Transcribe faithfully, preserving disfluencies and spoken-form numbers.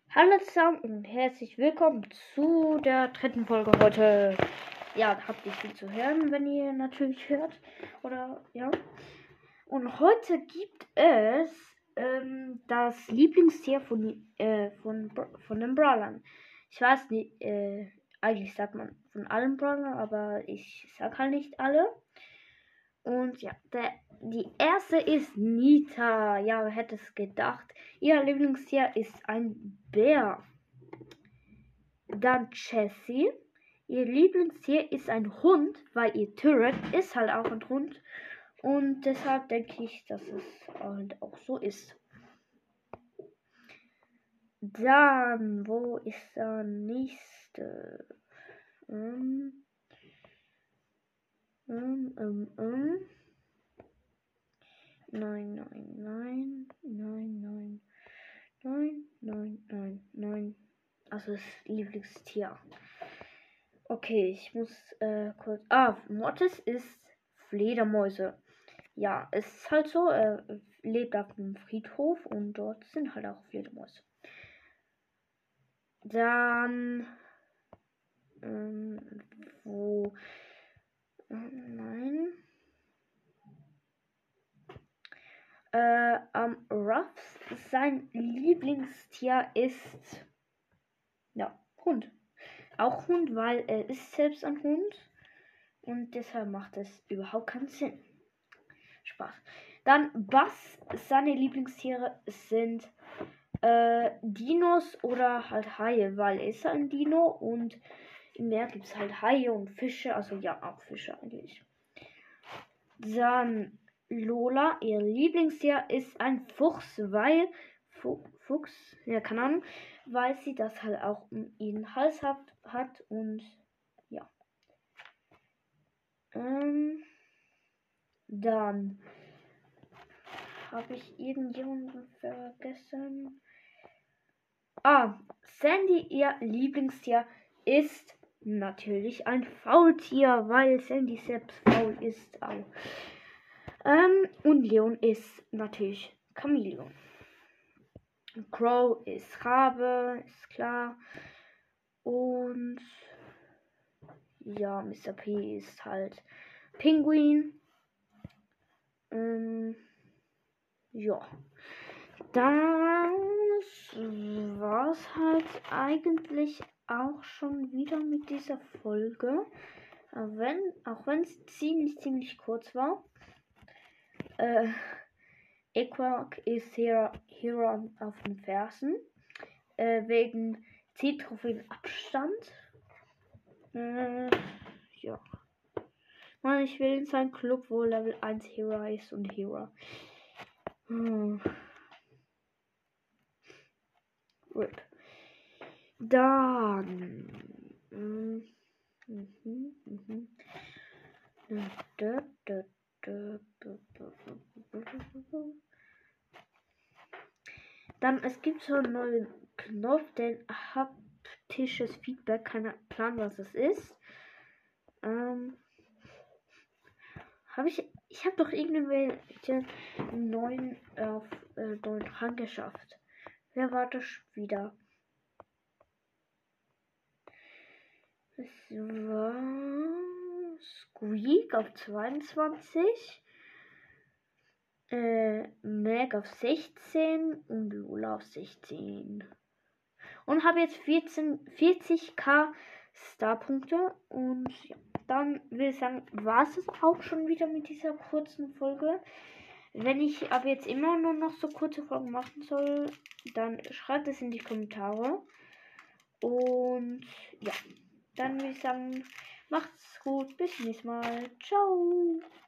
Hallo zusammen und herzlich willkommen zu der dritten Folge heute. Ja, habt ihr viel zu hören, wenn ihr natürlich hört. Oder ja. Und heute gibt es ähm, das Lieblingstier von, äh, von, von den Brawlern. Ich weiß nicht, äh, eigentlich sagt man von allen Brawlern, aber ich sag halt nicht alle. Und ja, der, die erste ist Nita. Ja, wer hätte es gedacht? Ihr Lieblingstier ist ein Bär. Dann Jessie. Ihr Lieblingstier ist ein Hund, weil ihr Turret ist halt auch ein Hund. Und deshalb denke ich, dass es halt auch so ist. Dann, wo ist der nächste? Ähm, ähm, ähm, ähm. Nein, nein, nein, nein, nein, nein, nein, nein, nein. Also das Lieblingstier. Okay, ich muss äh, kurz. Ah, Mortis ist Fledermäuse. Ja, es ist halt so, er lebt auf einem Friedhof und dort sind halt auch Fledermäuse. Dann. Ähm, wo. Äh, nein. Äh, ähm, Ruffs, sein Lieblingstier ist. Ja, Hund. Auch Hund, weil er ist selbst ein Hund. Und deshalb macht es überhaupt keinen Sinn. Spaß. Dann Bass, seine Lieblingstiere sind äh, Dinos oder halt Haie, weil er ist ein Dino und im Meer gibt es halt Haie und Fische, also ja, auch Fische eigentlich. Dann Lola, ihr Lieblingstier ist ein Fuchs, weil Fu Fuchs, ja, keine Ahnung, weil sie das halt auch um ihren Hals hat, hat und ja. Ähm, dann habe ich irgendjemanden vergessen? Ah, Sandy, ihr Lieblingstier, ist natürlich ein Faultier, weil Sandy selbst faul ist auch. Ähm, und Leon ist natürlich Chamäleon. Crow ist Rabe, ist klar. Und ja, Mister P ist halt Pinguin. Ähm, ja. Das war's halt eigentlich auch schon wieder mit dieser Folge. Auch wenn auch wenn es ziemlich, ziemlich kurz war. Äh, Equark ist hier, hier auf den Fersen. Äh, wegen Zieltrophäen-Abstand. Äh, ja. Mann, ich will in seinen Club, wo Level eins Hero ist und Hero. Hm. Rip. Dann. Mm, mhm, mhm. Da, da, da, Dann, es gibt so einen neuen Knopf, den haptisches Feedback. Keiner Plan, was das ist. Ähm. Habe ich. Ich habe doch irgendwelche neuen, auf, äh, neuen Rang geschafft. Wer war das wieder? Es war Squeak auf zweiundzwanzig, äh, Meg auf sechzehn und Lola auf sechzehn. Und habe jetzt vierzehn, vierzig k Starpunkte. Und ja, dann will ich sagen, war es auch schon wieder mit dieser kurzen Folge. Wenn ich aber jetzt immer nur noch so kurze Folgen machen soll, dann schreibt es in die Kommentare. Und ja. Dann würde ich sagen, macht's gut, bis zum nächsten Mal. Ciao.